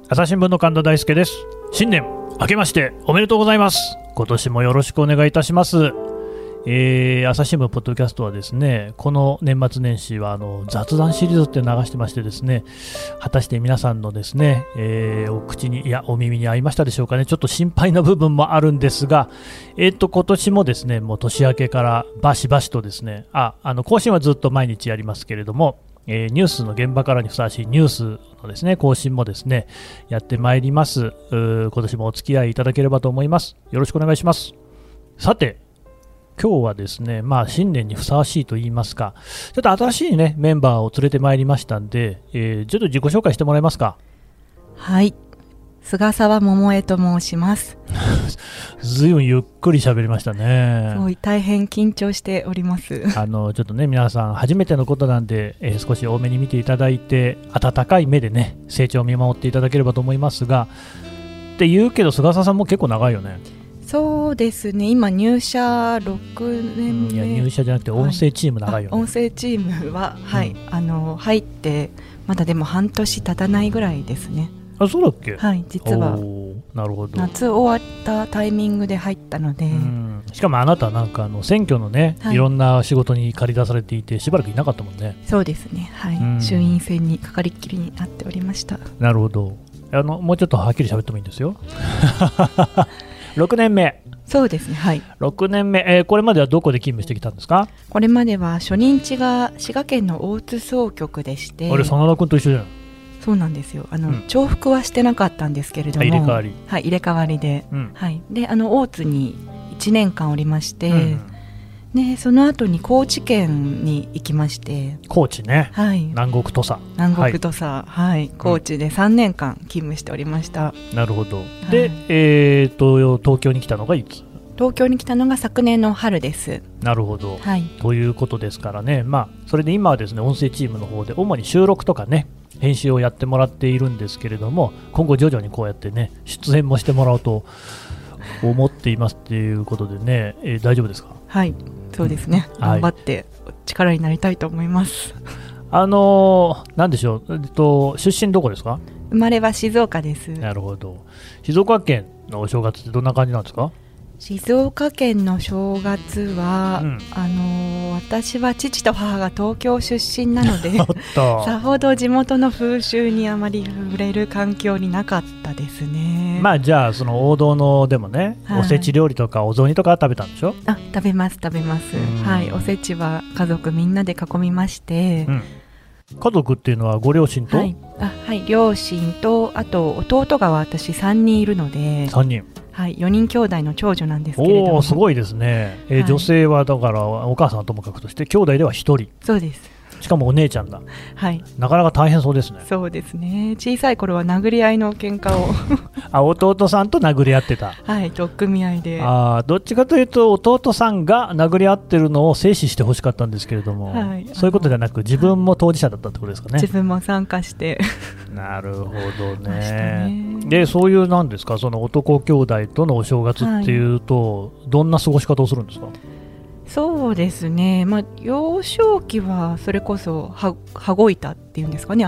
朝日新聞の神田大輔です。新年明けましておめでとうございます。今年もよろしくお願いいたします。朝日新聞ポッドキャストはですね、この年末年始は雑談シリーズって流してましてですね、果たして皆さんのですね、お口にお耳に合いましたでしょうかね。ちょっと心配な部分もあるんですが、今年もですね、もう年明けからバシバシとですね、更新はずっと毎日やりますけれども、ニュースの現場からにふさわしいニュースのですね、更新もですね、やってまいります。今年もお付き合いいただければと思います。よろしくお願いします。さて、今日はですね、新年にふさわしいと言いますか、ちょっと新しいね、メンバーを連れてまいりましたんで、ちょっと自己紹介してもらえますか。 はい。菅沢桃江と申します。 ずいぶんゆっくり喋りましたね。 すごい大変緊張しております。 ちょっとね、皆さん初めてのことなんで、少し多めに見ていただいて、温かい目でね、成長を見守っていただければと思いますが、って言うけど菅沢さんも結構長いよね。 そうですね、今入社6年目。 いや、入社じゃなくて音声チーム長いよね。 音声チームは、はい、入ってまだでも半年経たないぐらいですね。 あ、そうだっけ。 はい、実はなるほど。 夏終わったタイミングで入ったので。 しかもあなたなんか選挙のね、いろんな仕事に駆り出されていてしばらくいなかったもんね。 そうですね、はい、衆院選にかかりっきりになっておりました。 なるほど。もうちょっとはっきり喋ってもいいんですよ。6年目。 そうですね、はい。 6年目、これまではどこで勤務してきたんですか。 これまでは初任地が滋賀県の大津総局でして。 あれ、真田君と一緒じゃん。 そうなんですよ。重複はしてなかったんですけれども、 入れ替わり。 はい、入れ替わりで、はい、で大津に1年間おりまして、でその後に高知県に行きまして。 高知ね、 はい、 南国土佐。 南国土佐、はい、高知で3年間勤務しておりました。 なるほど。で、東京に来たのがいつ。 東京に来たのが昨年の春です。 なるほど、 はい、 ということですからね、それで今はですね、音声チームの方で主に収録とかね、編集をやってもらっているんですけれども、今後徐々にこうやってね、出演もしてもらおうと思っていますということでね、大丈夫ですか。 はい、そうですね、頑張って力になりたいと思います。 なんでしょう、出身どこですか。 生まれは静岡です。 なるほど。静岡県のお正月ってどんな感じなんですか。 静岡県の正月は、私は父と母が東京出身なのでさほど地元の風習にあまり触れる環境になかったですね。 じゃあその王道のでもね、おせち料理とかお雑煮とか食べたんでしょ。 食べます。はい、おせちは家族みんなで囲みまして、 家族っていうのはご両親と。 はい、両親と、あと弟が私3人いるので。 3人。はい、 4人兄弟の長女なんですけれども。 すごいですね。女性はだからお母さんはともかくとして兄弟では1人。 そうです。 しかもお姉ちゃんだ。 はい、 なかなか大変そうですね。 そうですね、小さい頃は殴り合いの喧嘩を弟さんと殴り合ってた。 はい、取っ組み合いで。 どっちかというと弟さんが殴り合ってるのを制止してほしかったんですけれども、そういうことじゃなく自分も当事者だったってことですかね。 自分も参加してなるほどね。でそういうなんですか、その男兄弟とのお正月っていうと、どんな過ごし方をするんですか。 そうですね、幼少期はそれこそ羽子板っていうんですかね、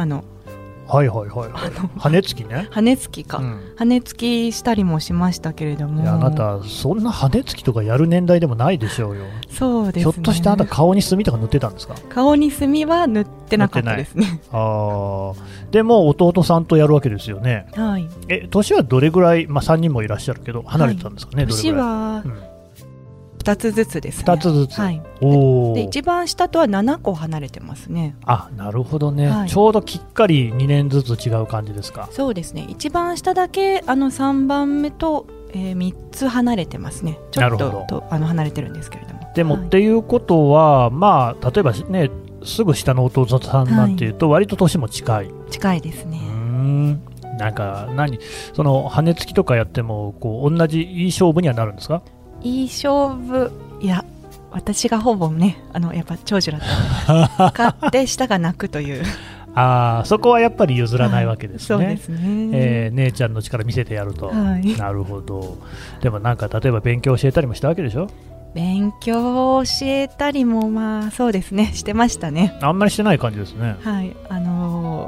羽根つきね。 羽根つきか、羽根つきしたりもしましたけれども。 あなたそんな羽根つきとかやる年代でもないでしょうよ。 そうですね。 ひょっとしてあなた顔に墨とか塗ってたんですか。 顔に墨は塗ってなかったですね。 でも弟さんとやるわけですよね。 はい。 年はどれぐらい、3人もいらっしゃるけど離れてたんですかね。 年は2つずつですね。 2つずつ、 はい、で一番下とは7個離れてますね。 なるほどね、ちょうどきっかり2年ずつ違う感じですか。 そうですね、一番下だけ3番目と、3つ離れてますね。ちょっと離れてるんですけれども。 でも、っていうことは例えばね、すぐ下の弟さんなんていうと割と年も近いですね。 なんかその羽根つきとかやっても同じいい勝負にはなるんですか。 いい勝負、いや私がほぼねやっぱ長女だったので勝って下が泣くというそこはやっぱり譲らないわけですね。 そうですね、 姉ちゃんの力見せてやると、なるほど。でもなんか例えば勉強教えたりもしたわけでしょ。 勉強を教えたりもそうですね、してましたね。 あんまりしてない感じですね。 はい、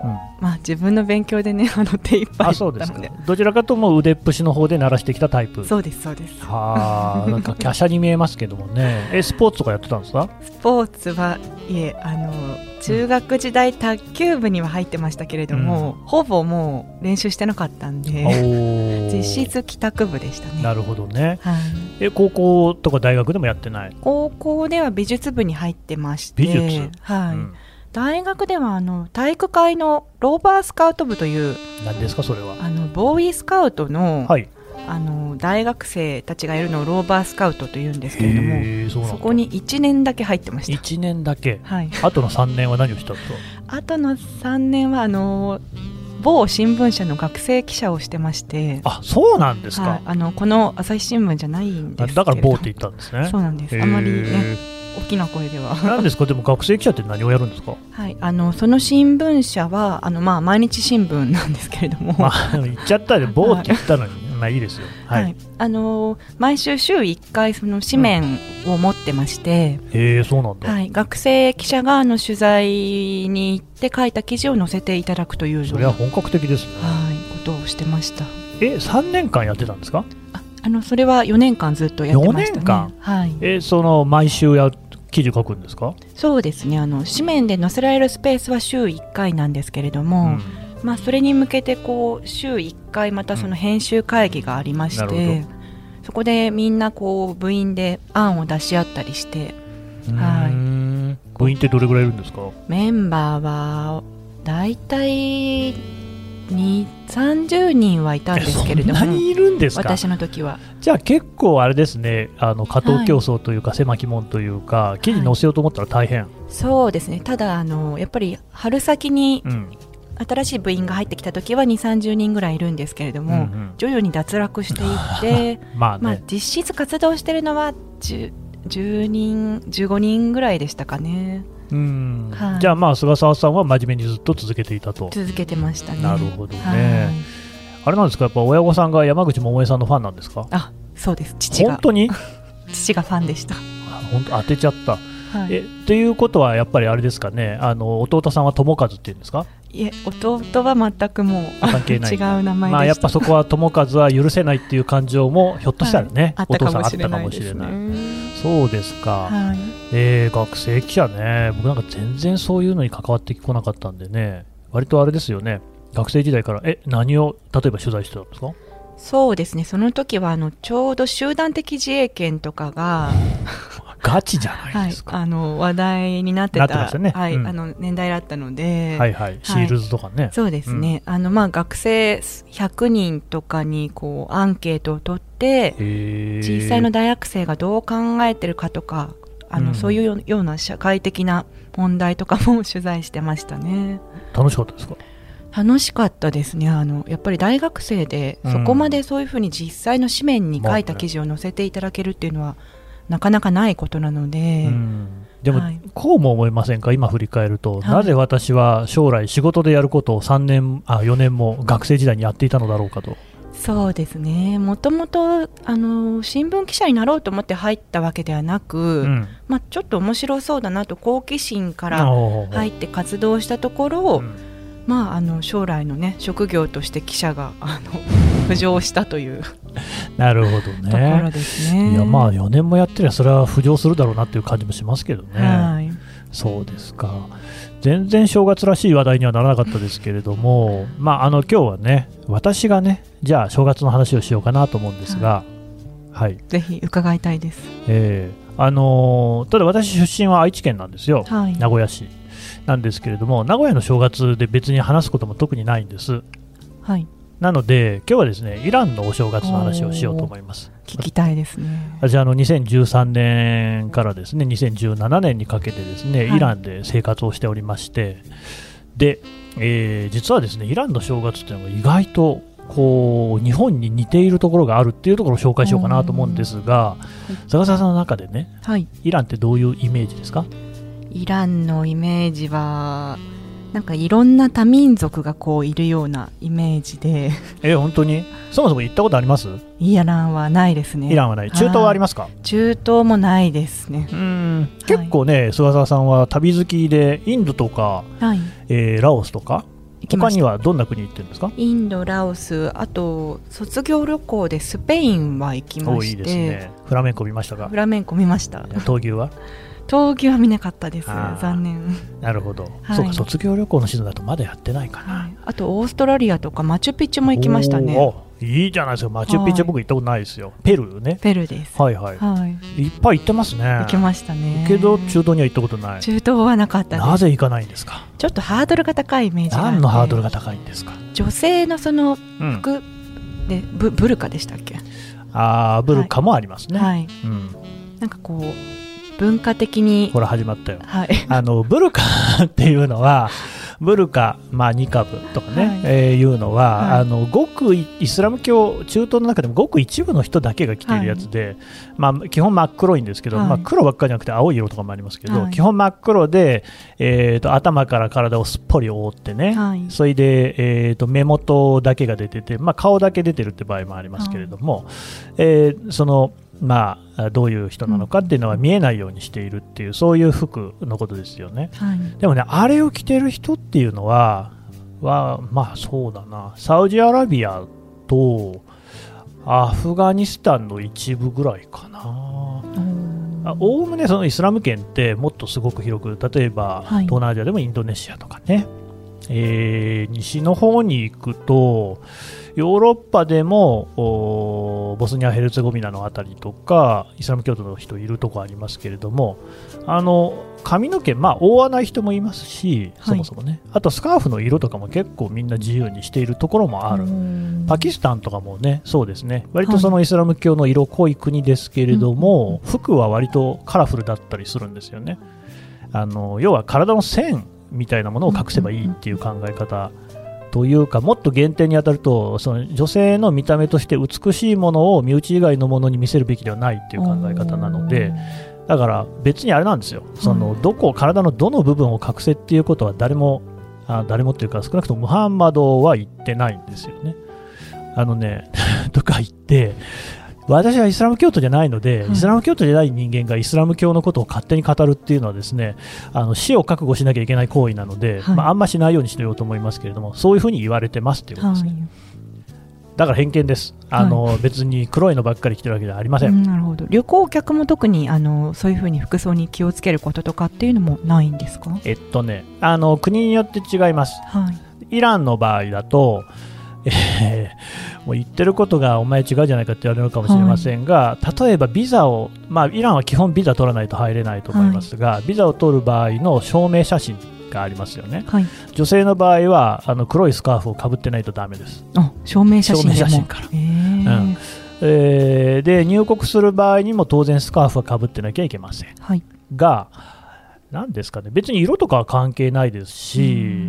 自分の勉強でね手一杯だったので。 そうですか。どちらかとも腕っぷしの方で鳴らしてきたタイプ。 そうですそうです。 なんか華奢に見えますけどもね。スポーツとかやってたんですか？ スポーツはいえ中学時代卓球部には入ってましたけれども、ほぼもう練習してなかったんで実質帰宅部でしたね。 なるほどね。高校とか大学でもやってない？ 高校では美術部に入ってまして、 美術、 大学では体育会のローバースカウト部という。 何ですかそれは？ ボーイスカウトの、大学生たちがいるのをローバースカウトというんですけれども、そこに1年だけ入ってました。 1年だけ、あとの3年は何をしたんですか？ あとの3年は某新聞社の学生記者をしてまして。 そうなんですか。 この朝日新聞じゃないんですけれど。 だから某って言ったんですね。 そうなんです。あまりね大きな声では。 何ですか？でも学生記者って何をやるんですか？ その新聞社は毎日新聞なんですけれども、 言っちゃったで某って言ったのに、いいですよ。 毎週週1回その紙面を持ってまして、 そうなんだ。 学生記者が取材に行って書いた記事を載せていただくという。 それは本格的ですね。 ことをしてました。 3年間やってたんですか？ それは4年間ずっとやってましたね。 4年間、毎週記事書くんですか？ そうですね。紙面で載せられるスペースは週1回なんですけれども、それに向けて週1回またその編集会議がありまして、そこでみんな部員で案を出し合ったりして。 部員ってどれぐらいいるんですか？ メンバーはだいたい30人はいたんですけれども。 そんなにいるんですか？ 私の時は。 じゃあ結構あれですね、加藤競争というか、狭き門というか、記事載せようと思ったら大変。 そうですね。ただやっぱり春先に、新しい部員が入ってきた時は2、30人ぐらいいるんですけれども、徐々に脱落していって実質活動しているのは10人15人ぐらいでしたかね。じゃあ菅沢さんは真面目にずっと続けていたと。続けてましたね。なるほどね。あれなんですか、やっぱ親御さんが山口百恵さんのファンなんですか？そうです。父が。本当に？父がファンでした。本当当てちゃった。っていうことはやっぱりあれですかね、弟さんは友和っていうんですか？いえ、弟は全くもう関係ない違う名前でした。やっぱそこは友和は許せないっていう感情もひょっとしたらね、お父さんあったかもしれない。そうですか。学生記者ね、僕なんか全然そういうのに関わってこなかったんでね、割とあれですよね、学生時代から何を例えば取材してたんですか？そうですね、その時はちょうど集団的自衛権とかがガチじゃないですか。話題になってた、ね、年代だったので、シールズとかね。そうですね。学生100人とかにアンケートを取って、実際の大学生がどう考えてるかとか、そういうような社会的な問題とかも取材してましたね。楽しかったですか？楽しかったですね。やっぱり大学生でそこまでそういうふうに実際の紙面に書いた記事を載せていただけるっていうのはなかなかないことなので、でも、こうも思いませんか？今振り返ると、なぜ私は将来仕事でやることを4年も学生時代にやっていたのだろうかと。そうですね。もともと新聞記者になろうと思って入ったわけではなく、ちょっと面白そうだなと好奇心から入って活動したところ、将来のね職業として記者が浮上したというなるほどね。ところですね。いや4年もやってりゃそれは浮上するだろうなっていう感じもしますけどね。そうですか。全然正月らしい話題にはならなかったですけれども、今日はね、私がね、じゃあ正月の話をしようかなと思うんですが、ぜひ伺いたいです。ただ私出身は愛知県なんですよ。名古屋市なんですけれども、名古屋の正月で別に話すことも特にないんです。なので今日はですね、イランのお正月の話をしようと思います。聞きたいですね。私2013年からですね2017年にかけてですね、イランで生活をしておりまして、で、実はですねイランの正月っていうのが意外と日本に似ているところがあるっていうところを紹介しようかなと思うんですが、坂沢さんの中でね、イランってどういうイメージですか？イランのイメージはなんかいろんな多民族がいるようなイメージで。本当に？そもそも行ったことあります？イランはないですね。イランはない。中東はありますか？中東もないですね。結構ね、菅沢さんは旅好きでインドとか、ラオスとかきました。 他にはどんな国行ってるんですか？ インド、ラオス、あと卒業旅行でスペインは行きまして。 いいですね。フラメンコ見ましたか？ フラメンコ見ました。 闘牛は？ 闘牛は見なかったです。残念。 なるほど、はい、そうか、卒業旅行のシーズンだとまだやってないかな、はい、 あとオーストラリアとかマチュピチュも行きましたね。 いいじゃないですか。マチュピチュ、僕行ったことないですよ。ペルーね。 ペルーです。 はいはい、はい、いっぱい行ってますね。 行きましたね。 けど中東には行ったことない。 中東はなかったです。 なぜ行かないんですか？ ちょっとハードルが高いイメージがあって。 何のハードルが高いんですか？ 女性のその服で、ブルカでしたっけ？ ブルカもありますね。 はい、なんかこう文化的にほら始まったよ、 はい、 ブルカっていうのはブルカ、ニカブとかね、はい、いうのは、はい、ごくイスラム教中東の中でもごく一部の人だけが着ているやつで、はい、基本真っ黒いんですけど、はい、黒ばっかりじゃなくて青い色とかもありますけど、はい、基本真っ黒で、頭から体をすっぽり覆ってね、はい、それで、目元だけが出てて、顔だけ出てるって場合もありますけれども、はい、そのどういう人なのかっていうのは見えないようにしているっていう、そういう服のことですよね、はい、でもね、あれを着てる人っていうのはそうだな、サウジアラビアとアフガニスタンの一部ぐらいかな。おおむねそのイスラム圏ってもっとすごく広く、例えば、はい、東南アジアでもインドネシアとかね、西の方に行くとヨーロッパでもボスニア・ヘルツェゴビナのあたりとかイスラム教徒の人いるとこありますけれども、髪の毛、覆わない人もいますし、そもそもね、あとスカーフの色とかも結構みんな自由にしているところもある。パキスタンとかもね、そうですね、割とそのイスラム教の色濃い国ですけれども、服は割とカラフルだったりするんですよね。要は体の線みたいなものを隠せばいいっていう考え方というか、もっと限定に当たると、その女性の見た目として美しいものを身内以外のものに見せるべきではないっていう考え方なので、だから別にあれなんですよ、その体のどの部分を隠せっていうことは誰もっていうか、少なくともムハンマドは言ってないんですよね。とか言って私はイスラム教徒じゃないので、イスラム教徒じゃない人間がイスラム教のことを勝手に語るっていうのはですね、死を覚悟しなきゃいけない行為なので、あんましないようにしてようと思いますけれども、そういうふうに言われてますっていうことですね。だから偏見です。別に黒いのばっかり着てるわけではありません。 なるほど。旅行客も特にそういうふうに服装に気をつけることとかっていうのもないんですか？ 国によって違います。はい、イランの場合だともう言ってることがお前違うじゃないかって言われるかもしれませんが、例えばビザを、イランは基本ビザ取らないと入れないと思いますが、ビザを取る場合の証明写真がありますよね。女性の場合は黒いスカーフをかぶってないとダメです。 証明写真から、で入国する場合にも当然スカーフはかぶってなきゃいけません、が何ですかね、別に色とかは関係ないですし、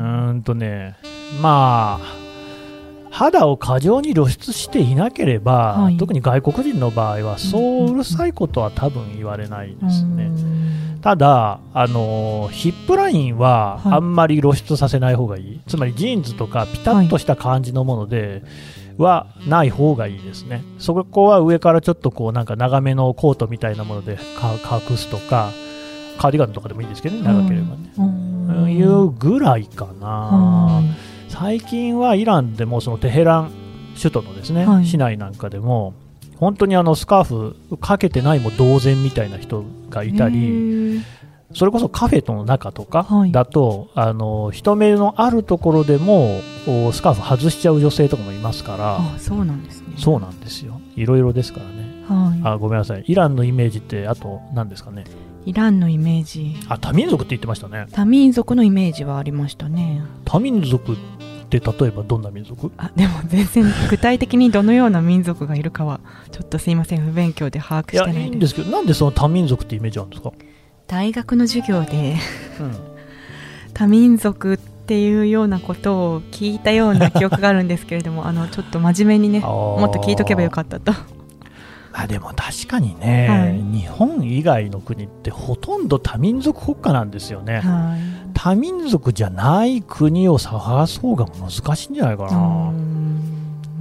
肌を過剰に露出していなければ、特に外国人の場合はそううるさいことは多分言われないですね。ただヒップラインはあんまり露出させない方がいい、つまりジーンズとかピタッとした感じのものではない方がいいですね。そこは上からちょっとなんか長めのコートみたいなもので隠すとか、カーディガンとかでもいいですけどね、長ければね、いうぐらいかな。最近はイランでもそのテヘラン首都のですね、市内なんかでも本当にスカーフかけてないも同然みたいな人がいたり、それこそカフェの中とかだと、人目のあるところでもスカーフ外しちゃう女性とかもいますから。 そうなんですね。 そうなんですよ、いろいろですからね。ごめんなさい、イランのイメージってあと何ですかね。 イランのイメージ、 多民族って言ってましたね。 多民族のイメージはありましたね。 多民族って例えばどんな民族？ でも全然具体的にどのような民族がいるかはちょっとすいません、不勉強で把握してないです。 いいんですけど、なんでその多民族ってイメージあるんですか？ 大学の授業で、多民族っていうようなことを聞いたような記憶があるんですけれどもちょっと真面目にね、もっと聞いとけばよかったと。 でも確かにね、日本以外の国ってほとんど多民族国家なんですよね。多民族じゃない国を探す方が難しいんじゃないかな。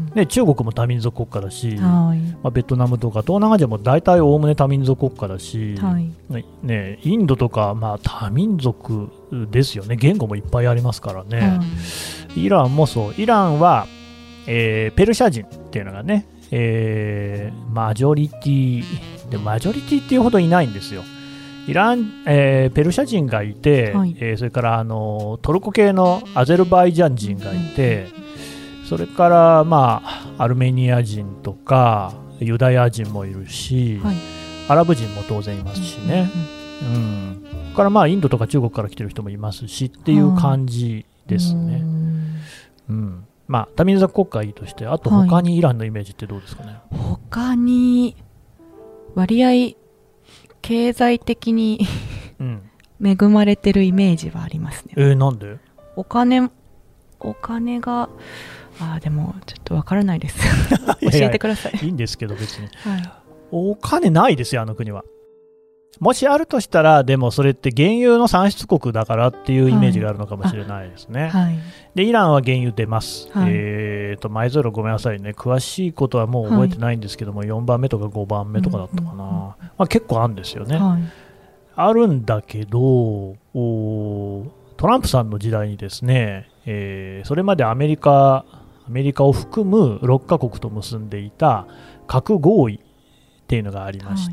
で中国も多民族国家だし、まあ、ベトナムとか東南アジアも大体おおむね多民族国家だし、ね、インドとか、まあ、多民族ですよね。言語もいっぱいありますからね。イランもそう。イランは、ペルシャ人っていうのがね、マジョリティでマジョリティっていうほどいないんですよ。ペルシャ人がいて、それからトルコ系のアゼルバイジャン人がいて、それから、まあ、アルメニア人とかユダヤ人もいるし、アラブ人も当然いますしね、それからまあインドとか中国から来てる人もいますしっていう感じですね。まあ、多民族国家はいいとして、あと他にイランのイメージってどうですかね。 他に割合経済的に恵まれてるイメージはありますね。 なんで？お金がでもちょっとわからないです教えてください。 いいんですけど別に、お金ないですよ、あの国は。もしあるとしたら、でもそれって原油の産出国だからっていうイメージがあるのかもしれないですね。でイランは原油出ます、前ぞごめんなさいね、詳しいことはもう覚えてないんですけども、4番目とか5番目とかだったかな、まあ、結構あるんですよね、あるんだけど、トランプさんの時代にですね、それまでアメリカを含む6カ国と結んでいた核合意っていうのがありまして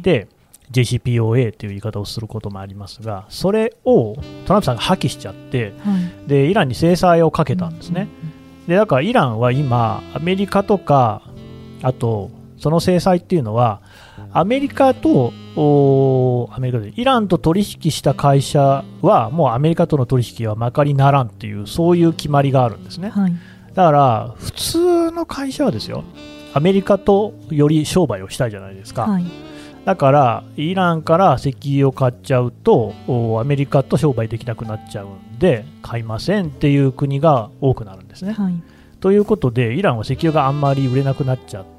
、JCPOA という言い方をすることもありますが、それをトランプさんが破棄しちゃって、でイランに制裁をかけたんですね。でだからイランは今アメリカとか、あとその制裁っていうのはアメリカでイランと取引した会社はもうアメリカとの取引はまかりならんっていう、そういう決まりがあるんですね。だから普通の会社はですよ、アメリカとより商売をしたいじゃないですか。だからイランから石油を買っちゃうとアメリカと商売できなくなっちゃうんで買いませんっていう国が多くなるんですね。ということでイランは石油があんまり売れなくなっちゃって、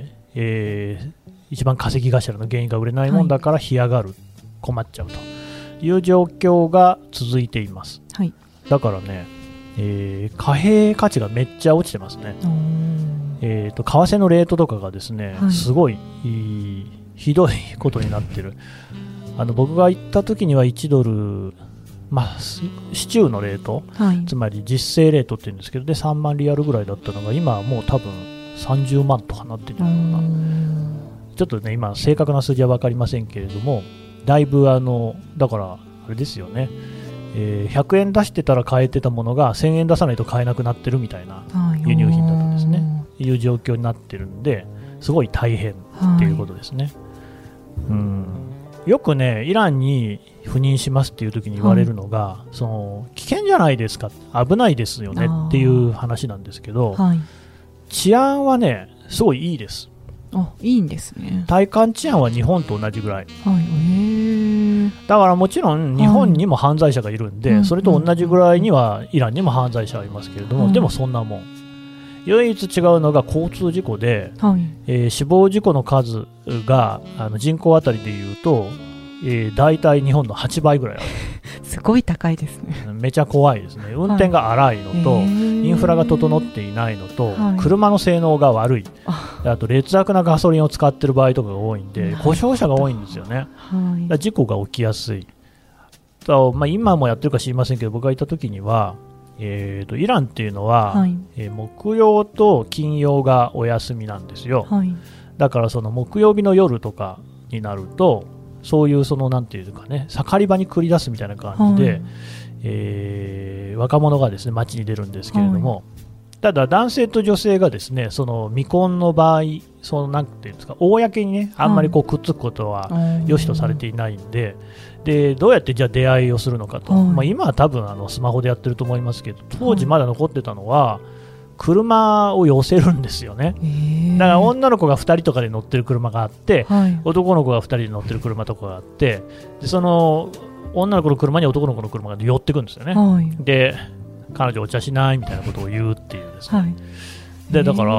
一番稼ぎ頭の原因が売れないもんだから干上がる、困っちゃうという状況が続いています。だからね、貨幣価値がめっちゃ落ちてますね。為替のレートとかがですね、すごいひどいことになってる。僕が行った時には1ドル、市中のレート、つまり実勢レートっていうんですけど、で3万リアルぐらいだったのが今はもう多分30万とかなってるのかな。ちょっとね今正確な数字は分かりませんけれども、だいぶだからあれですよね、100円出してたら買えてたものが1000円出さないと買えなくなってるみたいな輸入品だったんですね。いう状況になってるんで、すごい大変っていうことですね。よくねイランに赴任しますっていう時に言われるのが、その危険じゃないですか、危ないですよねっていう話なんですけど、治安はねすごいいいです。 いいんですね。 体感治安は日本と同じぐらい、だからもちろん日本にも犯罪者がいるんで、それと同じぐらいにはイランにも犯罪者はいますけれども、でもそんなもん。唯一違うのが交通事故で、死亡事故の数が人口あたりでいうと、大体日本の8倍ぐらいある。 すごい高いですね。 めちゃ怖いですね。運転が荒いのと、インフラが整っていないのと、車の性能が悪い、あと劣悪なガソリンを使っている場合とかが多いんで、故障車が多いんですよね。だ事故が起きやすい。今もやってるか知りませんけど、僕がいた時にはイランっていうのは、木曜と金曜がお休みなんですよ。だからその木曜日の夜とかになると、そういうなんていうかね、盛り場に繰り出すみたいな感じで、若者がですね街に出るんですけれども、ただ男性と女性がですねその未婚の場合、なんていうんですか、公にねあんまりくっつくことは良しとされていないんで、どうやってじゃあ出会いをするのかと、今は多分スマホでやってると思いますけど、当時まだ残ってたのは車を寄せるんですよね。だから女の子が2人とかで乗ってる車があって、男の子が2人で乗ってる車とかがあって、でその女の子の車に男の子の車が寄ってくるんですよね。で彼女お茶しないみたいなことを言うっていうですね。でだから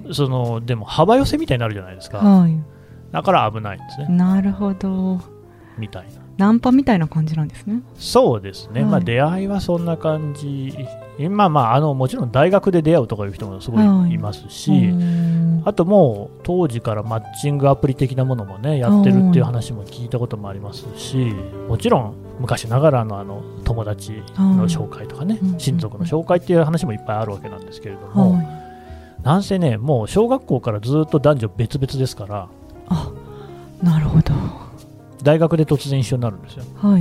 でも幅寄せみたいになるじゃないですか。だから危ないんですね。 なるほど。 みたいな、 ナンパみたいな感じなんですね。 そうですね、まあ、出会いはそんな感じ、もちろん大学で出会うとかいう人もすごいいますし、あともう当時からマッチングアプリ的なものもねやってるっていう話も聞いたこともありますし、もちろん昔ながらの友達の紹介とかね、親族の紹介っていう話もいっぱいあるわけなんですけれども、なんせねもう小学校からずっと男女別々ですから。 あ、なるほど。 大学で突然一緒になるんですよ。 はい、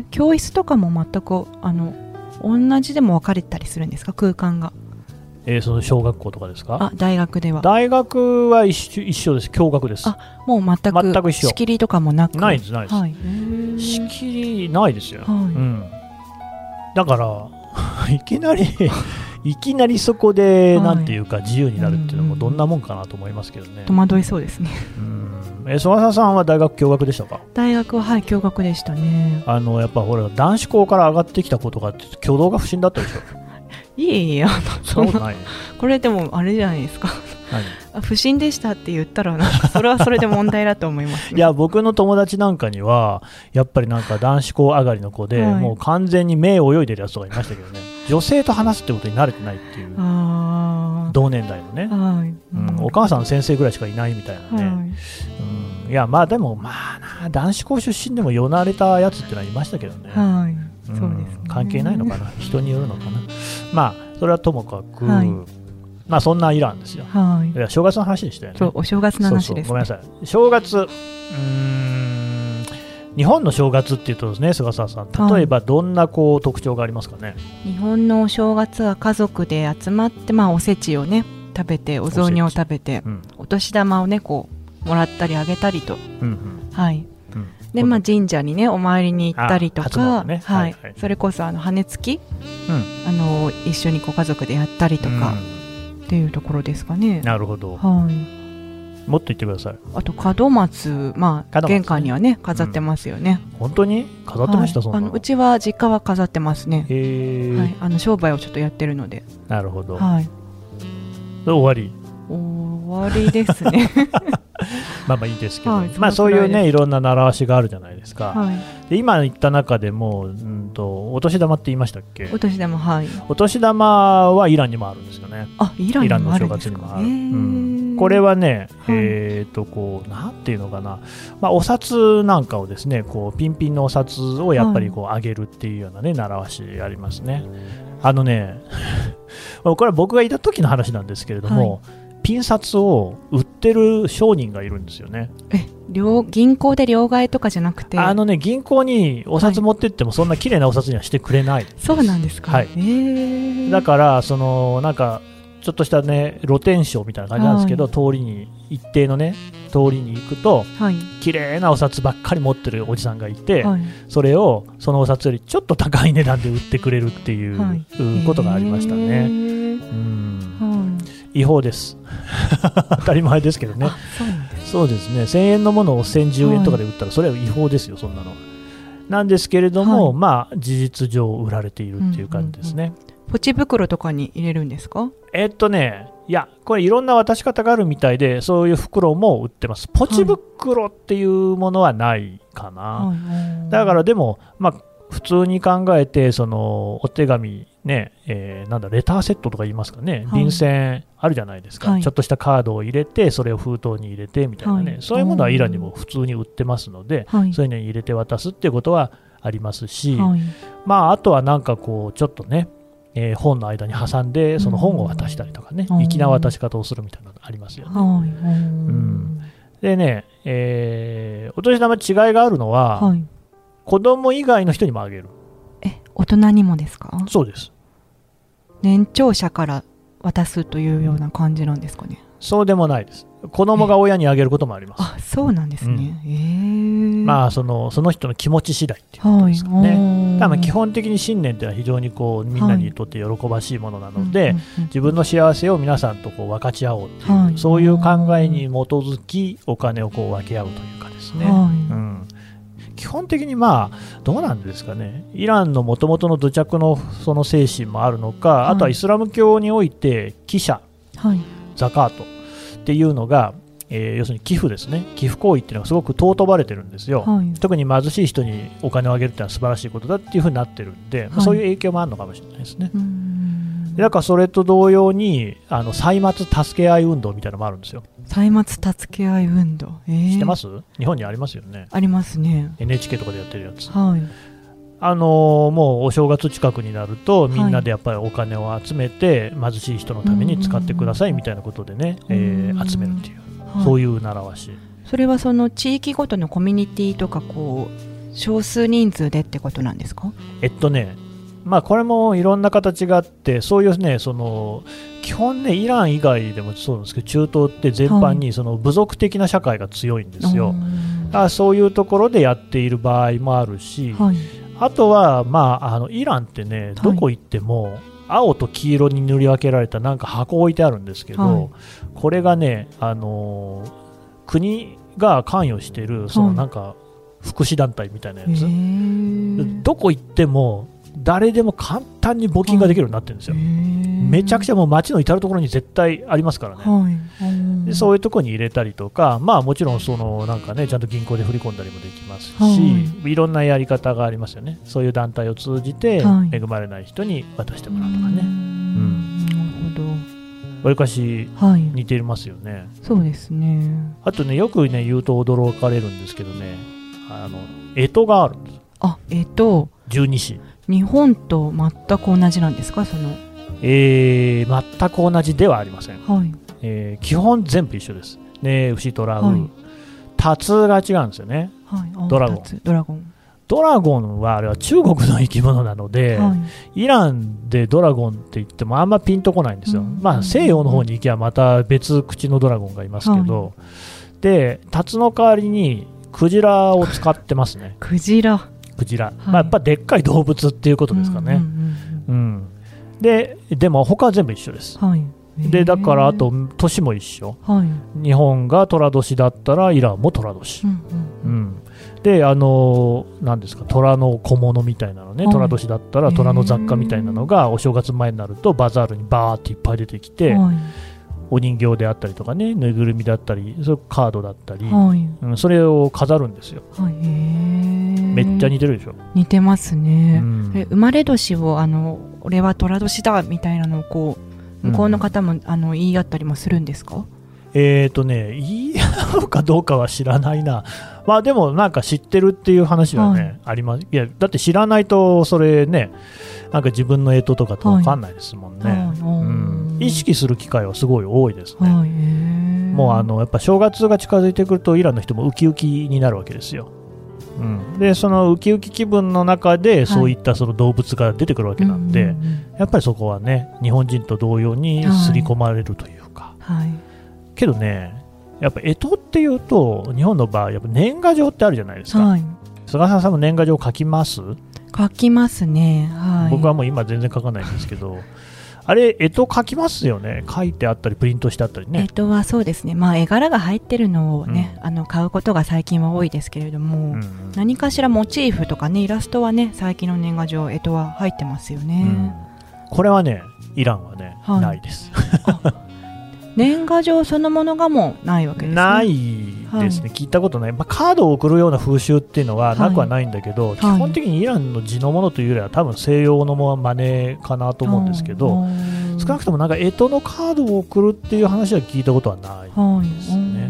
教室とかも全く同じでも分かれたりするんですか、空間が。 その小学校とかですか。 大学では。 大学は一緒です。共学です。 もう全く一緒。 仕切りとかもなく。 ないです。仕切りないですよ。だからいきなりそこでなんていうか自由になるっていうのもどんなもんかなと思いますけどね。 戸惑いそうですね。 曽我さんは大学共学でしたか。 大学は共学でしたね。 やっぱほら男子校から上がってきた子とかって挙動が不審だったでしょ。 いえそうない。 これでもあれじゃないですか。不審でしたって言ったらなんかそれはそれで問題だと思いますね。 いや僕の友達なんかにはやっぱりなんか男子校上がりの子で、もう完全に目泳いでるやつとかいましたけどね。女性と話すってことに慣れてないっていう、同年代のね、お母さん先生ぐらいしかいないみたいなね、いやでも男子校出身でもよなれたやつってのはいましたけどね。 そうですね。 関係ないのかな、人によるのかな。それはともかく、そんなイランですよ。いや正月の話でしたよね。 そう、お正月の話です、ね。 ごめんなさい。正月、日本の正月っていうとですね、菅沢さん、例えばどんな特徴がありますかね。 日本のお正月は家族で集まって、おせちをね食べて、お雑煮を食べて、お年玉をねもらったりあげたりと、で神社にねお参りに行ったりとか、それこそ羽根つき、一緒に家族でやったりとか、っていうところですかね。 なるほど。もっと言ってください。 あと門松、玄関にはね飾ってますよね。 本当に飾ってました。そんなの。 うちは実家は飾ってますね。商売をちょっとやってるので。 なるほど。終わりですね。いいですけど、そういうねいろんな習わしがあるじゃないですか。で今言った中でもお年玉って言いましたっけ。 お年玉、 お年玉はイランにもあるんですよね。 イランの正月にもある。これはね、なんていうのかな、お札なんかをですねピンピンのお札をやっぱりあげるっていうようなね習わしありますね。これは僕がいた時の話なんですけれども、ピン札を売ってる商人がいるんですよね。 銀行で両替とかじゃなくて、 銀行にお札持ってってもそんな綺麗なお札にはしてくれない。 そうなんですか。 だからなんかちょっとしたね露天商みたいな感じなんですけど、一定のね通りに行くと、綺麗なお札ばっかり持ってるおじさんがいて、それをそのお札よりちょっと高い値段で売ってくれるっていうことがありましたね。違法です。当たり前ですけどね。そうですね。1000円のものを1010円とかで売ったらそれは違法ですよ、そんなの。なんですけれども、事実上売られているっていう感じですね。 ポチ袋とかに入れるんですか？ いやこれいろんな渡し方があるみたいで、そういう袋も売ってます。ポチ袋っていうものはないかな。だからでも普通に考えてお手紙ね、レターセットとか言いますかね、便箋あるじゃないですか、ちょっとしたカードを入れてそれを封筒に入れてみたいなね、そういうものはイランにも普通に売ってますので、そういうのに入れて渡すっていうことはありますし、あとはなんかちょっとね、本の間に挟んでその本を渡したりとかね、粋な渡し方をするみたいなのがありますよね。でね、お年玉違いがあるのは、子供以外の人にもあげる。 大人にもですか？ そうです。 年長者から渡すというような感じなんですかね？ そうでもないです。子供が親にあげることもあります。 そうなんですね。 その人の気持ち次第っていうことですかね。基本的に新年というのは非常にみんなにとって喜ばしいものなので、自分の幸せを皆さんと分かち合おうという、そういう考えに基づきお金を分け合うというかですね。基本的にどうなんですかね。イランの元々の土着のその精神もあるのか、あとはイスラム教においてキシャ、ザカートっていうのが要するに寄付ですね、寄付行為っていうのがすごく尊ばれてるんですよ、はい、特に貧しい人にお金をあげるっていうのは素晴らしいことだっていうふうになってるんで、はい、そういう影響もあるのかもしれないですね。だからそれと同様に歳末助け合い運動みたいなのもあるんですよ。 歳末助け合い運動、 知ってます？日本にありますよね。 ありますね。 NHK とかでやってるやつ、 はい、 もうお正月近くになるとみんなでやっぱりお金を集めて貧しい人のために使ってくださいみたいなことでね、集めるっていう、そういう習わし。 それはその地域ごとのコミュニティとかこう少数人数でってことなんですか？ まあ、これもいろんな形があって、そういうね、基本ね、イラン以外でもそうなんですけど、中東って全般にその部族的な社会が強いんですよ。だからそういうところでやっている場合もあるし、はい、あとは、まあ、イランってね、どこ行っても青と黄色に塗り分けられたなんか箱置いてあるんですけど、はい、これがね、国が関与しているそのなんか福祉団体みたいなやつ、どこ行っても誰でも簡単に募金ができるようになってるんですよ。めちゃくちゃもう街の至るところに絶対ありますからね、はい、でそういうところに入れたりとか、まあ、もちろんなんか、ね、ちゃんと銀行で振り込んだりもできますし、はい、いろんなやり方がありますよね。そういう団体を通じて恵まれない人に渡してもらうとかね、 なるほど。 わりかし似てますよね、はい、 そうですね。 あとね、よくね言うと驚かれるんですけどね、干支があるんです。 あ、干支十二支。 日本と全く同じなんですか？ 全く同じではありません、はい、基本全部一緒です。ね、牛とらう、はい、タツが違うんですよね、はい、ドラゴンはあれは中国の生き物なので、はい、イランでドラゴンって言ってもあんまピンとこないんですよ、まあ、西洋の方に行けばまた別口のドラゴンがいますけど、はい、でタツの代わりにクジラを使ってますね。クジラ、はい、まあ、やっぱでっかい動物っていうことですかね、でも他は全部一緒です、はい、でだからあと年も一緒、はい、日本が寅年だったらイランも寅年、で何ですか、虎の小物みたいなのね、寅年だったら虎の雑貨みたいなのがお正月前になるとバザールにバーっていっぱい出てきて、お人形であったりとかね、ぬいぐるみだったり、それカードだったり、それを飾るんですよ。めっちゃ似てるでしょ。似てますね、生まれ年を俺は寅年だみたいなのをこう向こうの方も言い合ったりもするんですか？言い合うかどうかは知らないな。まあでもなんか知ってるっていう話はね、あります。いやだって知らないとそれね、なんか自分の干支とかと分かんないですもんね、意識する機会はすごい多いですね、もうやっぱ正月が近づいてくるとイランの人もウキウキになるわけですよ、でそのウキウキ気分の中でそういったその動物が出てくるわけなんで、やっぱりそこはね日本人と同様に刷り込まれるというか、けどね、やっぱ干支っていうと日本の場合やっぱ年賀状ってあるじゃないですか、菅さんも年賀状書きます？書きますね、僕はもう今全然書かないんですけどあれ干支書きますよね。書いてあったりプリントしてあったりね。干支はそうですね、まあ、絵柄が入ってるのをね、買うことが最近は多いですけれども、何かしらモチーフとかね、イラストはね、最近の年賀状干支は入ってますよね、これはねイランはね、ないです年賀状そのものがもうないわけですね。ないですね、聞いたことない、カードを送るような風習っていうのはなくはないんだけど、基本的にイランの地のものというよりは多分西洋の真似かなと思うんですけど、少なくともなんか干支のカードを送るっていう話は聞いたことはないですね、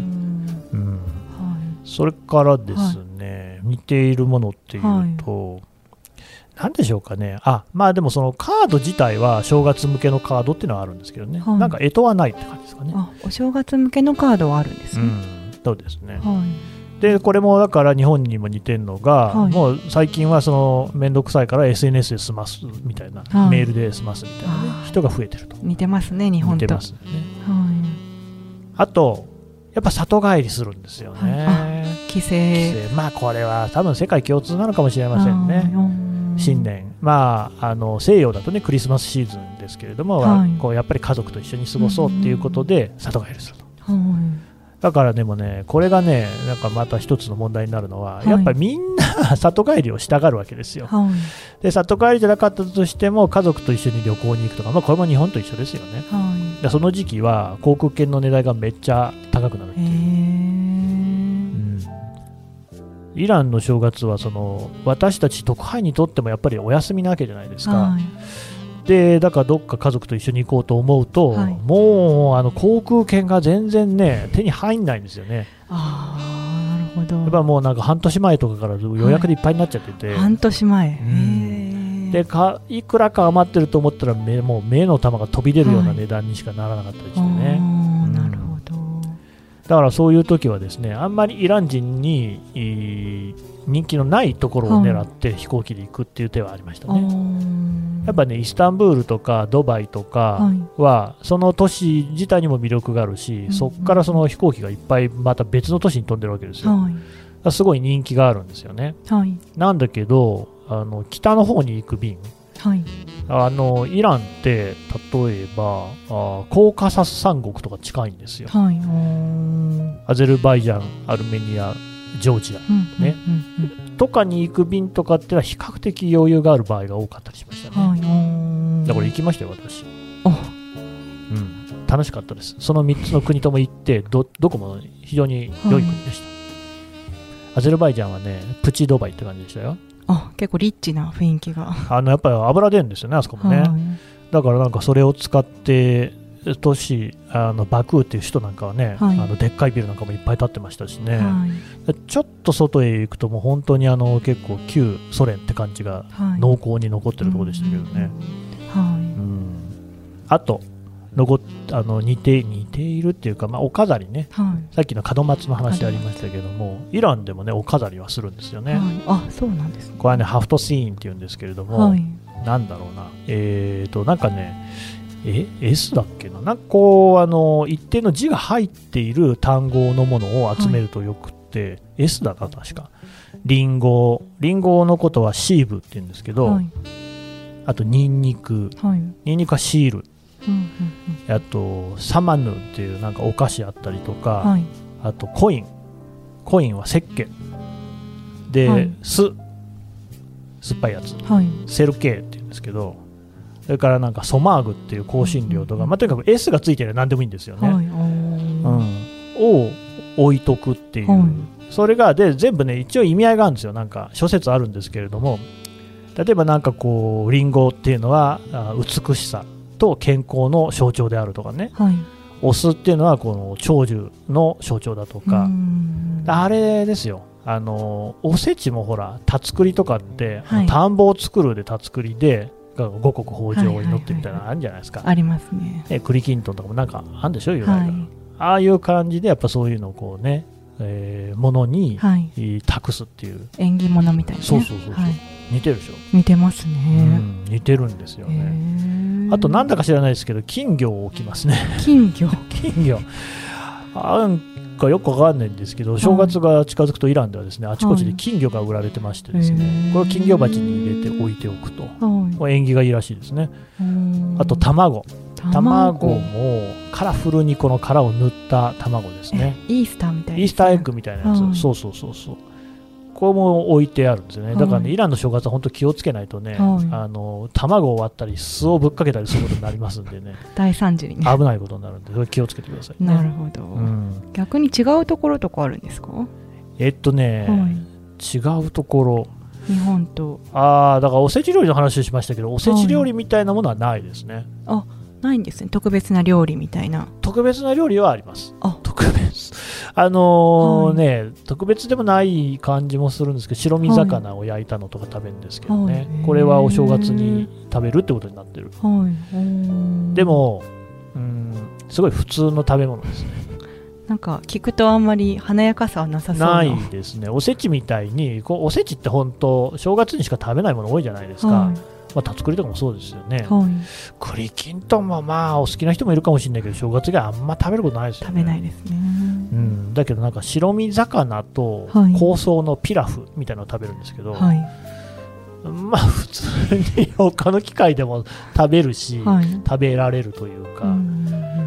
それからですね、似ているものっていうと、なんでしょうかね。まあでもそのカード自体は正月向けのカードっていうのはあるんですけどね、なんか干支はないって感じですかね。お正月向けのカードはあるんですね、そうですね、でこれもだから日本にも似てるのが、もう最近はその面倒くさいから SNS で済ますみたいな、メールで済ますみたいな、人が増えてると。似てますね、日本と。似てますね、あとやっぱ里帰りするんですよね、帰省。まあこれは多分世界共通なのかもしれませんね。新年、西洋だとねクリスマスシーズンですけれども、こうやっぱり家族と一緒に過ごそうっていうことで里帰りすると、だからでもね、これがねなんかまた一つの問題になるのは、やっぱりみんな里帰りをしたがるわけですよ、はい、で里帰りじゃなかったとしても家族と一緒に旅行に行くとか、これも日本と一緒ですよね、はい、でその時期は航空券の値段がめっちゃ高くなるっていう、イランの正月は私たち特派員にとってもやっぱりお休みなわけじゃないですか、はい、でだからどっか家族と一緒に行こうと思うと、はい、もう航空券が全然ね手に入んないんですよね。 なるほど。 やっぱもうなんか半年前とかから予約でいっぱいになっちゃってて、はい、 半年前、 でいくらか余ってると思ったらもう目の玉が飛び出るような値段にしかならなかったりしてね、 はい、なるほど。 だからそういう時はですね、あんまりイラン人に人気のないところを狙って飛行機で行くっていう手はありましたね、やっぱねイスタンブールとかドバイとかはその都市自体にも魅力があるし、そこからその飛行機がいっぱいまた別の都市に飛んでるわけですよ、すごい人気があるんですよね、なんだけど北の方に行く便、イランって例えばコーカサス三国とか近いんですよ、アゼルバイジャン、アルメニア、ジョージア、ねとかに行く便とかってのは比較的余裕がある場合が多かったりしましたね、だから行きましたよ私、楽しかったです。その3つの国とも行って どこも非常に良い国でした、アゼルバイジャンはねプチドバイって感じでしたよ。 結構リッチな雰囲気がやっぱり油出るんですよねあそこもね、だからなんかそれを使って都市バクーっていう首都なんかはね、でっかいビルなんかもいっぱい建ってましたしね、ちょっと外へ行くともう本当に結構旧ソ連って感じが濃厚に残ってるところでしたけどね、あと似ているっていうか、お飾りね、さっきの門松の話でありましたけども、イランでもねお飾りはするんですよね、 そうなんですね。 これはねハフトシーンっていうんですけれども、なんだろうな、なんかねS だっけな、なんか一定の字が入っている単語のものを集めるとよくって、S だな確か。リンゴのことはシーブって言うんですけど、あとニンニク、ニンニクはシール、あとサマヌっていうなんかお菓子あったりとか、あとコインは石鹸で、酸っぱいやつ、セルケーって言うんですけど、それからなんかソマーグっていう香辛料とか、とにかく S がついてるら何でもいいんですよね、を置いとくっていう、それがで全部ね一応意味合いがあるんですよ。なんか諸説あるんですけれども、例えばなんかこうリンゴっていうのは美しさと健康の象徴であるとかね、お酢っていうのはこの長寿の象徴だとか、あれですよ、おせちもほら田作りとかって、田んぼを作るで田作りで五穀豊穣を祈ってみたいなのあるんじゃないですか、 ありますね。 栗きんとんとかもなんかあるんでしょ、由来が、ああいう感じでやっぱそういうのをこうね、ものに託すっていう縁起物みたいな、 そう、似てるでしょ。似てますね、 似てるんですよね。あとなんだか知らないですけど金魚を置きますね。金魚なんかよくわかんないんですけど、正月が近づくとイランではですね、あちこちで金魚が売られてましてですね、これを金魚鉢に入れて置いておくと、縁起がいいらしいですね。あと卵もカラフルにこの殻を塗った卵ですね。 イースターみたいな、 イースターエッグみたいなやつ、そうこれも置いてあるんですよね。だからね、イランの正月は本当気をつけないとね、卵を割ったり酢をぶっかけたりすることになりますんでね大惨事に、 危ないことになるんで、それ気をつけてくださいね。 なるほど、逆に違うところとかあるんですか？ 違うところ、 日本とだからおせち料理の話をしましたけど、おせち料理みたいなものはないですね。 ないんですね。特別な料理みたいな。 特別な料理はあります。特別特別でもない感じもするんですけど、白身魚を焼いたのとか食べるんですけどね、これはお正月に食べるってことになってる、でもすごい普通の食べ物ですね。 なんか聞くとあんまり華やかさはなさそうな。 ないですね。おせちみたいにおせちって本当正月にしか食べないもの多いじゃないですか、田作りとかもそうですよね、栗きんとんもお好きな人もいるかもしれないけど、正月があんま食べることないですよね。 食べないですね、 だけどなんか白身魚と香草のピラフみたいなのを食べるんですけど、普通に他の機会でも食べるし、食べられるというか、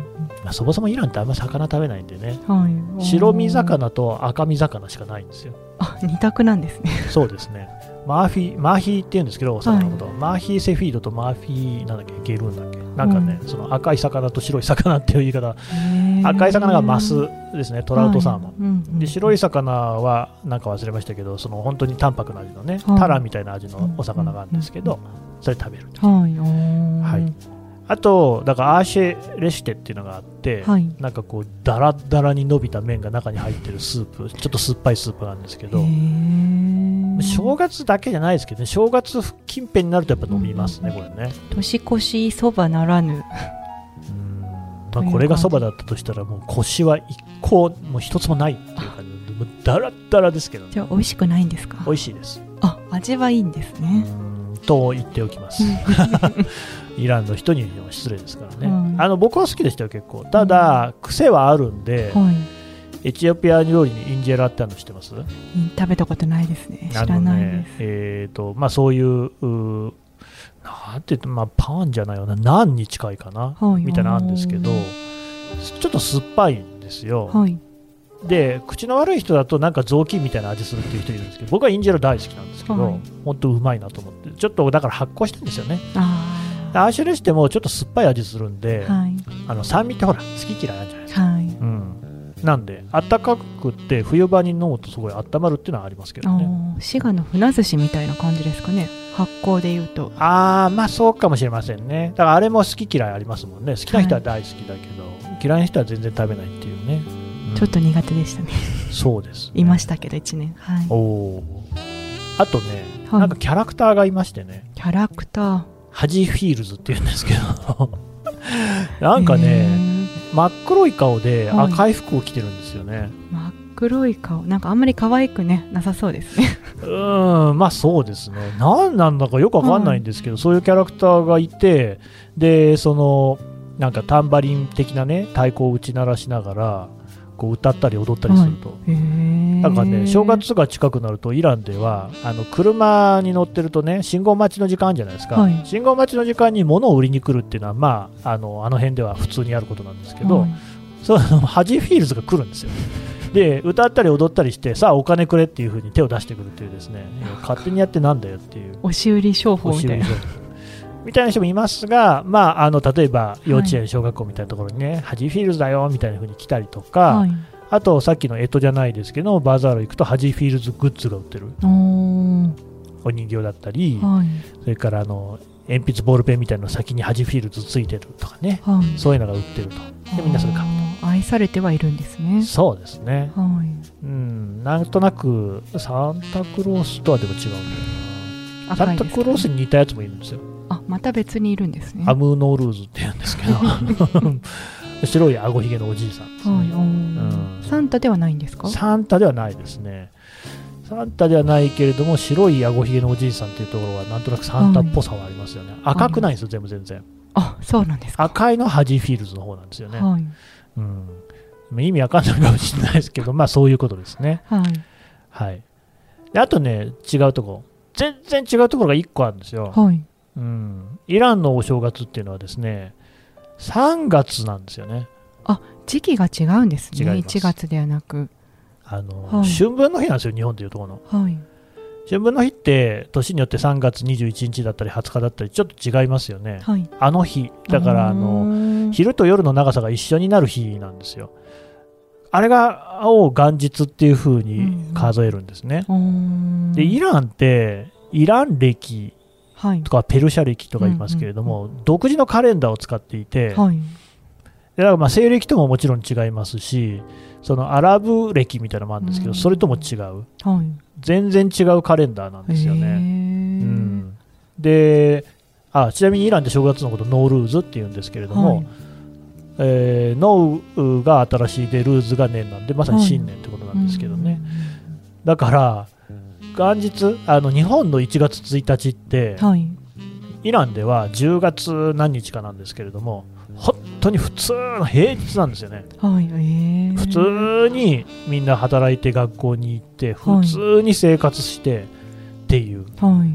そもそもイランってあんま魚食べないんでね、 はい、 白身魚と赤身魚しかないんですよ。 二択なんですね。 そうですね。マーヒーって言うんですけど、お魚のこと、はい、マーヒーセフィードとマーフィーなんだっけ、ゲルーンだっけ、なんかね、その赤い魚と白い魚っていう言い方、赤い魚がマスですね、トラウトサーモン、で白い魚はなんか忘れましたけど、その本当に淡白な味のね、タラみたいな味のお魚があるんですけど、それ食べるんです。はい、あとだからアーシェレシテっていうのがあって、はい、なんかこうダラダラに伸びた麺が中に入ってるスープ、ちょっと酸っぱいスープなんですけど、正月だけじゃないですけどね、正月近辺になるとやっぱ飲みますね、これね。 年越しそばならぬ。 まあ、これがそばだったとしたらもう腰は一個もう一つもないっていう感じで、もうダラダラですけどね。 じゃあ美味しくないんですか？ 美味しいです。 味はいいんですね。 と言っておきますイランの人には失礼ですからね、僕は好きでしたよ結構。ただ、癖はあるんで、エチオピア料理にインジェラってあるの知ってます？ 食べたことないですね。知らないです。 まあ、そういうなんて言うと、まあ、パンじゃないよな、ナンに近いかな、みたいなのあるんですけど、ちょっと酸っぱいんですよ。で口の悪い人だとなんか雑巾みたいな味するっていう人いるんですけど、僕はインジェラ大好きなんですけど、本当うまいなと思って、ちょっとだから発酵してるんですよね。アーシュレシテもちょっと酸っぱい味するんで、酸味ってほら好き嫌いなんじゃないですか、なんで暖かくって冬場に飲むとすごい温まるっていうのはありますけどね。 滋賀の船寿司みたいな感じですかね、発酵でいうと。 まあそうかもしれませんね。だからあれも好き嫌いありますもんね。好きな人は大好きだけど、嫌いな人は全然食べないっていうね。 ちょっと苦手でしたね。 そうです、ね、 いましたけど1年。 あとね、なんかキャラクターがいましてね。 キャラクター、 ハジフィールズっていうんですけどなんかね、真っ黒い顔で赤い服を着てるんですよね。 真っ黒い顔、なんかあんまり可愛くねなさそうですねまあそうですね、何なんだかよくわかんないんですけど、そういうキャラクターがいて、でそのなんかタンバリン的なね太鼓を打ち鳴らしながらこう歌ったり踊ったりすると、なんかね、正月が近くなるとイランでは車に乗ってるとね、信号待ちの時間あるじゃないですか、信号待ちの時間に物を売りに来るっていうのは、まあ、あの辺では普通にあることなんですけど、そのハジフィールズが来るんですよ。で歌ったり踊ったりして、さあお金くれっていう風に手を出してくるっていうですね、勝手にやってなんだよっていう押し売り商法みたいなみたいな人もいますが、まあ、例えば幼稚園、小学校みたいなところにね、ハジフィールズだよみたいな風に来たりとか、あとさっきの干支じゃないですけど、バザール行くとハジフィールズグッズが売ってる、お人形だったり、それから鉛筆ボールペンみたいなの先にハジフィールズついてるとかね、そういうのが売ってると。でみんなそれ買うと。 愛されてはいるんですね。 そうですね、なんとなくサンタクロースとはでも違うんだよな。サンタクロースに似たやつもいるんですよ。 また別にいるんですね。 アムーノールーズって言うんですけど白いあごひげのおじいさんですね。 サンタではないんですか？ サンタではないですね。サンタではないけれども、白いあごひげのおじいさんっていうところはなんとなくサンタっぽさはありますよね。赤くないんですよ、全然。 そうなんですか。 赤いのはハジフィールズの方なんですよね。意味わかんないかもしれないですけど、まあそういうことですね。であとね、違うところ、全然違うところが1個あるんですよ。イランのお正月っていうのはですね、3月なんですよね。 時期が違うんですね。1月ではなく春分の日なんですよ、日本でいうところの。春分の日って年によって3月21日だったり20日だったりちょっと違いますよね。あの日だから昼と夜の長さが一緒になる日なんですよ。あれが元日っていう風に数えるんですね。でイランってイラン暦とかペルシャ暦とか言いますけれども、独自のカレンダーを使っていて、だからまあ西暦とももちろん違いますし、そのアラブ暦みたいなのもあるんですけど、それとも違う、全然違うカレンダーなんですよね。でちなみにイランって正月のことノールーズっていうんですけれども、ノウが新しいでルーズが年なんで、まさに新年ってことなんですけどね。だから元日日本の1月1日って、イランでは10月何日かなんですけれども、本当に普通の平日なんですよね。普通にみんな働いて学校に行って普通に生活してっていう、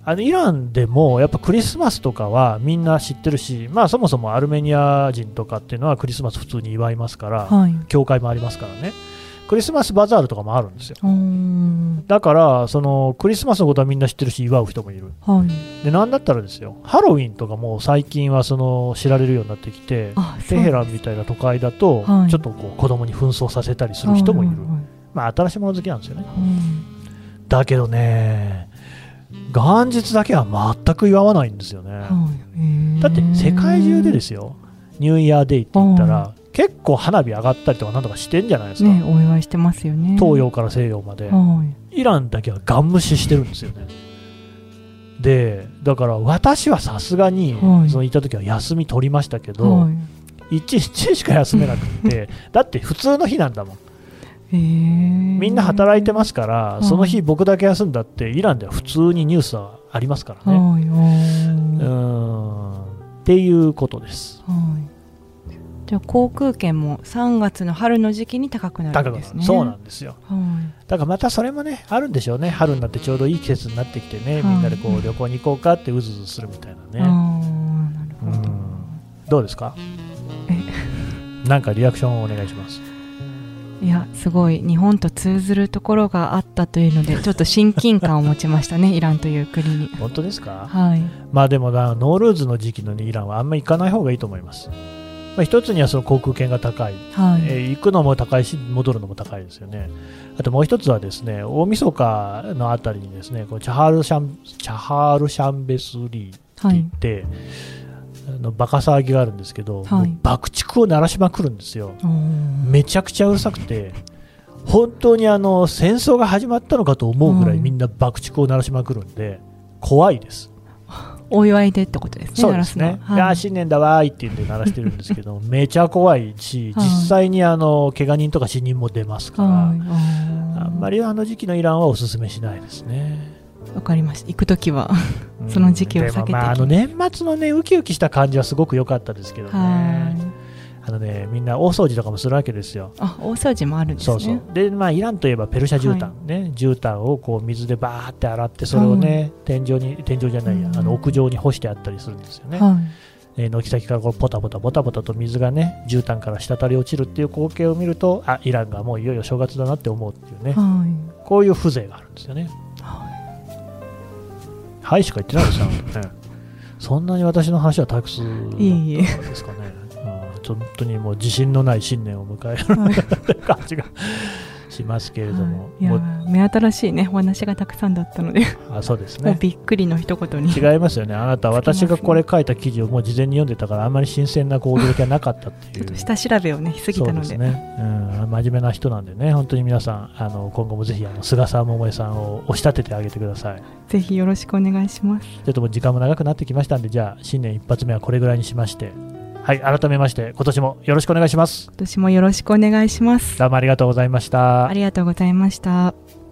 イランでもやっぱクリスマスとかはみんな知ってるし、まあ、そもそもアルメニア人とかっていうのはクリスマス普通に祝いますから、はい、教会もありますからね、クリスマスバザールとかもあるんですよ。だからそのクリスマスのことはみんな知ってるし祝う人もいる、はい、でなんだったらですよ、ハロウィンとかも最近はその知られるようになってきて、テヘランみたいな都会だとちょっとこう子供に紛争させたりする人もいる、まあ、新しいもの好きなんですよね、だけどね元日だけは全く祝わないんですよね、だって世界中でですよ、ニューイヤーデイって言ったら結構花火上がったりとかなんとかしてんじゃないですか、 ね、お祝いしてますよね、 東洋から西洋まで、イランだけはガン無視してるんですよね。でだから私はさすがに、その行った時は休み取りましたけど、1日しか休めなくてだって普通の日なんだもん、みんな働いてますから、その日僕だけ休んだってイランでは普通にニュースはありますからね、っていうことです。 じゃあ航空券も3月の春の時期に高くなるんですね。 そうなんですよ、だからまたそれもねあるんでしょうね、春になってちょうどいい季節になってきてね、みんなでこう旅行に行こうかってうずうずするみたいなね。 なるほど。 どうですか？なんかリアクションをお願いします。 いやすごい日本と通ずるところがあったというのでちょっと親近感を持ちましたねイランという国に。 本当ですか？ はい。 まあでもノールーズの時期の、ね、イランはあんまり行かない方がいいと思います。一つにはその航空券が高い、行くのも高いし戻るのも高いですよね。あともう一つはですね、大晦日のあたりにですね、こうチャハールシャンベスリーって言って、バカ騒ぎがあるんですけど、爆竹を鳴らしまくるんですよ。めちゃくちゃうるさくて、本当に戦争が始まったのかと思うぐらいみんな爆竹を鳴らしまくるんで怖いです。 お祝いでってことですね。 そうですね。いや新年だわーいって言って鳴らしてるんですけどめちゃ怖いし、実際に怪我人とか死人も出ますから、あんまり時期のイランはおすすめしないですね。 わかりました。行くときはその時期を避けて、 年末のねウキウキした感じはすごく良かったですけどね。みんな大掃除とかもするわけですよ。 大掃除もあるんですね。 そうで、イランといえばペルシャ絨毯、絨毯をこう水でバーって洗ってそれをね、天井じゃないや、屋上に干してあったりするんですよね。軒先からこうポタポタと水がね絨毯から滴り落ちるっていう光景を見ると、イランがもういよいよ正月だなって思うっていうね、こういう風情があるんですよね。はいしか言ってないですよね。そんなに私の話は退屈ですかね。本当にもう自信のない新年を迎える感じがしますけれども、 いや目新しいねお話がたくさんだったのでそうですね、 もうびっくりの一言に違いますよね。あなた私がこれ書いた記事をもう事前に読んでたからあんまり新鮮な驚きはなかったっていうちょっと下調べをねしすぎたの で、 真面目な人なんでね、本当に皆さん今後もぜひ菅沢桃江さんを押し立ててあげてください。 ぜひよろしくお願いします。 ちょっともう時間も長くなってきましたんで、じゃあ新年一発目はこれぐらいにしまして、はい、改めまして今年もよろしくお願いします。 今年もよろしくお願いします。 どうもありがとうございました。 ありがとうございました。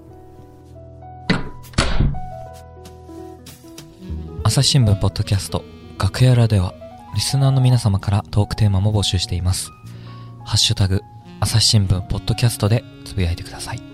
朝日新聞ポッドキャスト楽屋裏ではリスナーの皆様からトークテーマも募集しています。ハッシュタグ朝日新聞ポッドキャストでつぶやいてください。